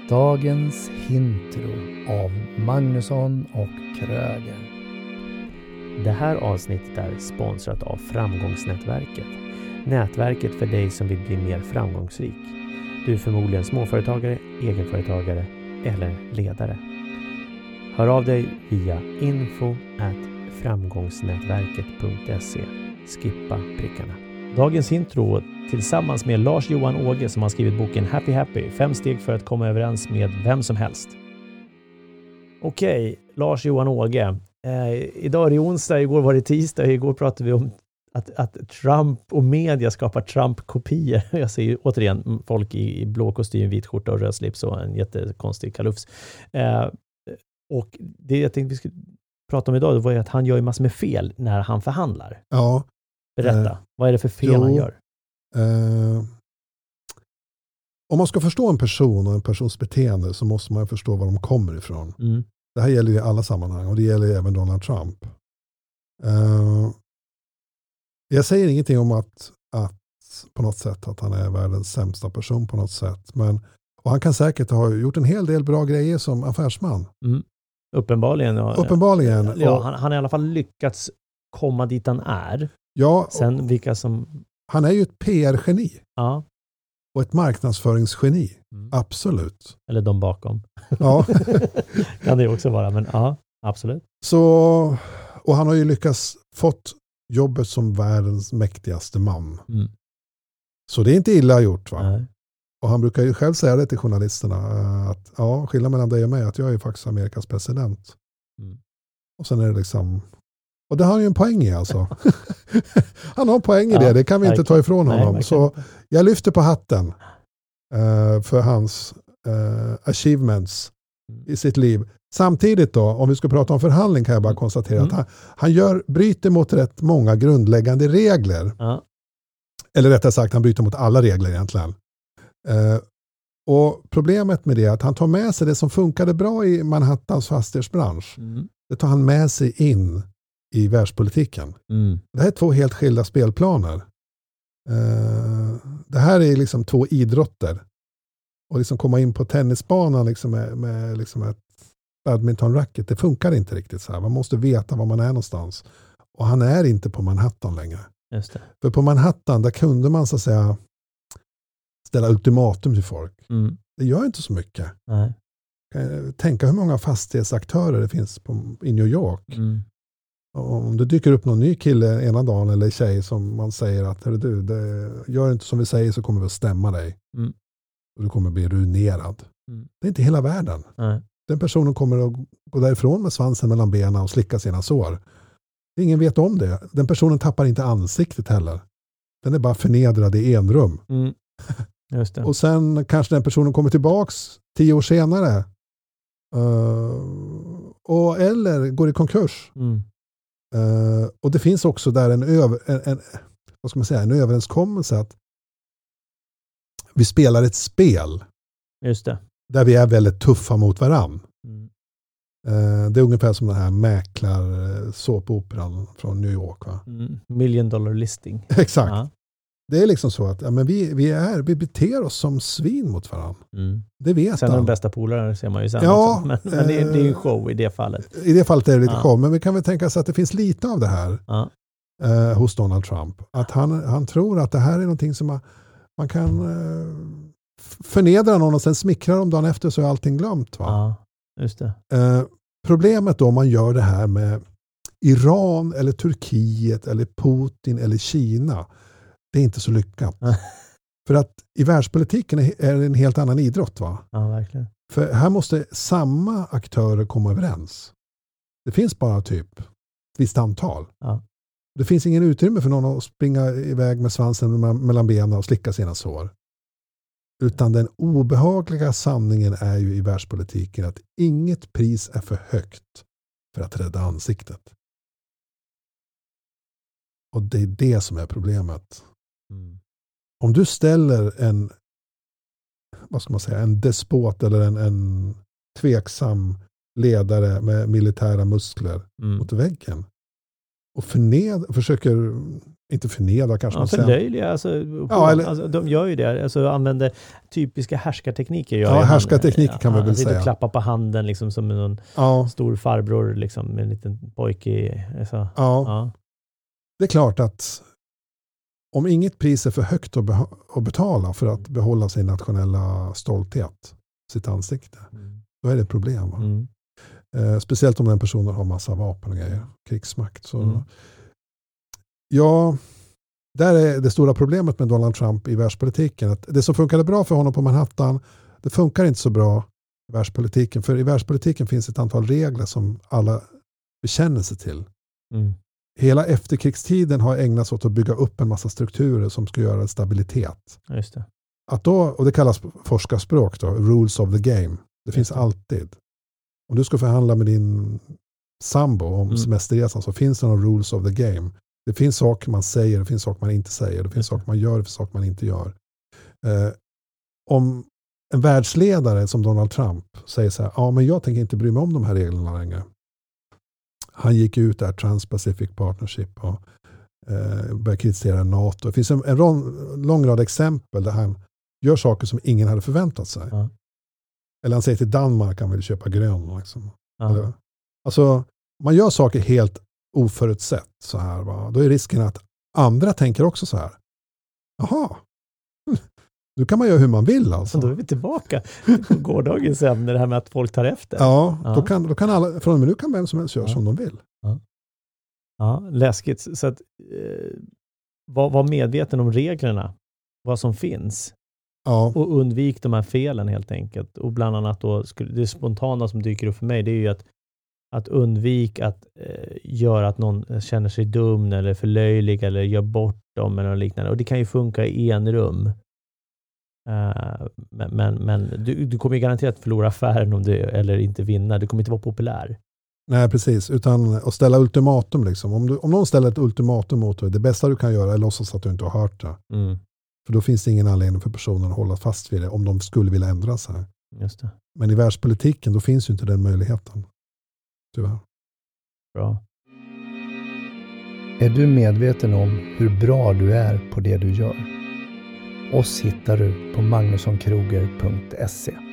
Dagens intro av Magnusson och Kröger. Det här avsnittet är sponsrat av Framgångsnätverket. Nätverket för dig som vill bli mer framgångsrik. Du är förmodligen småföretagare, egenföretagare eller ledare. Hör av dig via info@framgångsnätverket.se. Skippa prickarna. Dagens intro tillsammans med Lars-Johan Åge som har skrivit boken Happy Happy. 5 steg för att komma överens med vem som helst. Okej, Lars-Johan Åge. Idag är det onsdag, igår var det tisdag. Igår pratade vi om att Trump och media skapar Trump-kopior. Jag ser ju återigen folk i blå kostym, vit skjorta och röd slips och en jättekonstig kalufs. Och det jag tänkte vi skulle prata om idag var ju att han gör ju massor med fel när han förhandlar. Ja. Berätta, vad är det för fel han gör? Om man ska förstå en person och en persons beteende så måste man förstå var de kommer ifrån. Mm. Det här gäller ju i alla sammanhang och det gäller ju även Donald Trump. Jag säger ingenting om att på något sätt att han är världens sämsta person på något sätt. Och han kan säkert ha gjort en hel del bra grejer som affärsman. Mm. Uppenbarligen. Uppenbarligen. Ja, han har i alla fall lyckats komma dit han är. Ja, sen vilka som... Han är ju ett PR-geni. Ja. Och ett marknadsföringsgeni. Mm. Absolut. Eller de bakom. Ja. Kan det också vara, men ja, absolut. Så, och han har ju lyckats fått jobbet som världens mäktigaste man. Mm. Så det är inte illa gjort, va? Nej. Och han brukar ju själv säga det till journalisterna att ja, skillnaden mellan dig och mig är att jag är faktiskt Amerikas president. Mm. Och sen är det liksom, och det har han ju en poäng i alltså. Han har en poäng i det kan vi inte ta ifrån honom. Så jag lyfter på hatten för hans achievements i sitt liv. Samtidigt då, om vi ska prata om förhandling kan jag bara konstatera att han bryter mot rätt många grundläggande regler. Ja. Eller rättare sagt, han bryter mot alla regler egentligen. Och problemet med det är att han tar med sig det som funkade bra i Manhattans fastighetsbransch. Mm. Det tar han med sig in i världspolitiken. Mm. Det här är 2 helt skilda spelplaner. Det här är liksom 2 idrotter. Och liksom komma in på tennisbanan liksom med liksom ett badmintonracket, det funkar inte riktigt så här. Man måste veta var man är någonstans. Och han är inte på Manhattan längre. Just det. För på Manhattan, där kunde man så att säga ställa ultimatum till folk. Mm. Det gör inte så mycket. Nej. Tänka hur många fastighetsaktörer det finns i New York. Mm. Om det dyker upp någon ny kille ena dagen eller tjej som man säger att gör inte som vi säger så kommer vi att stämma dig. Mm. Och du kommer bli ruinerad. Mm. Det är inte hela världen. Nej. Den personen kommer att gå därifrån med svansen mellan benen och slicka sina sår. Ingen vet om det. Den personen tappar inte ansiktet heller. Den är bara förnedrad i enrum. Mm. Just det. Och sen kanske den personen kommer tillbaks 10 år senare. Eller går i konkurs. Mm. Och det finns också där en överenskommelse att vi spelar ett spel. Just det. Där vi är väldigt tuffa mot varann. Mm. Det är ungefär som den här mäklar-såpoperan från New York, va? $1 million listing. Exakt. Ja. Det är liksom så att vi beter oss som svin mot varandra. Mm. Det vet sen de bästa polare ser man ju sen också. Men det är ju show i det fallet. I det fallet är det lite show. Men vi kan väl tänka sig att det finns lite av det här hos Donald Trump. Att han tror att det här är någonting som man kan förnedra någon och sen smickra dem dagen efter så är allting glömt. Va? Ja, just det. Problemet då om man gör det här med Iran eller Turkiet eller Putin eller Kina, det är inte så lyckat. För att i världspolitiken är det en helt annan idrott, va? Ja, verkligen. För här måste samma aktörer komma överens. Det finns bara typ ett visst antal. Ja. Det finns ingen utrymme för någon att springa iväg med svansen mellan benen och slicka sina sår. Utan den obehagliga sanningen är ju i världspolitiken att inget pris är för högt för att rädda ansiktet. Och det är det som är problemet. Mm. Om du ställer en despot eller en tveksam ledare med militära muskler mot väggen och försöker inte förnedra kanske. Ja, förlöjliga, alltså, de gör ju det. Alltså använder typiska härskartekniker. Härskartekniker kan man väl säga. Att klappa på handen liksom som en stor farbror liksom, med en liten pojke. Alltså, Det är klart att om inget pris är för högt att betala för att behålla sin nationella stolthet, sitt ansikte, då är det ett problem. Speciellt om den personen har massa vapen och grejer, krigsmakt. Så, där är det stora problemet med Donald Trump i världspolitiken. Att det som funkade bra för honom på Manhattan, det funkar inte så bra i världspolitiken. För i världspolitiken finns ett antal regler som alla bekänner sig till. Hela efterkrigstiden har ägnats åt att bygga upp en massa strukturer som ska göra stabilitet. Just det. Och det kallas forskarspråk då, rules of the game. Det finns alltid. Om du ska förhandla med din sambo om semesterresan så finns det några rules of the game. Det finns saker man säger, det finns saker man inte säger, det finns saker man gör, det finns saker man inte gör. Om en världsledare som Donald Trump säger så här, men jag tänker inte bry mig om de här reglerna längre. Han gick ut där, Trans-Pacific Partnership, och började kritisera NATO. Det finns en lång rad exempel där han gör saker som ingen hade förväntat sig. Eller han säger till Danmark att han vill köpa grön. Liksom. Alltså, man gör saker helt oförutsett så här. Va? Då är risken att andra tänker också så här. Jaha, nu kan man göra hur man vill alltså. Då är vi tillbaka på gårdagens ämne, det här med att folk tar efter. Då kan alla, från och med nu kan vem som helst göra som de vill. Ja, läskigt. Så att var medveten om reglerna, vad som finns. Och undvik de här felen helt enkelt. Och bland annat då, det spontana som dyker upp för mig, det är ju att undvika att göra att någon känner sig dum eller förlöjlig eller gör bort dem eller något liknande. Och det kan ju funka i en rum. Men du kommer ju garanterat förlora affären eller inte vinna. Du kommer inte vara populär. Nej, precis. Utan att ställa ultimatum liksom. Om någon ställer ett ultimatum mot dig, det bästa du kan göra är låtsas att du inte har hört det. För då finns det ingen anledning för personen att hålla fast vid det om de skulle vilja ändra sig. Just det. Men i världspolitiken då finns ju inte den möjligheten. Tyvärr. Bra. Är du medveten om hur bra du är på det du gör? Oss hittar du på magnussonkroger.se.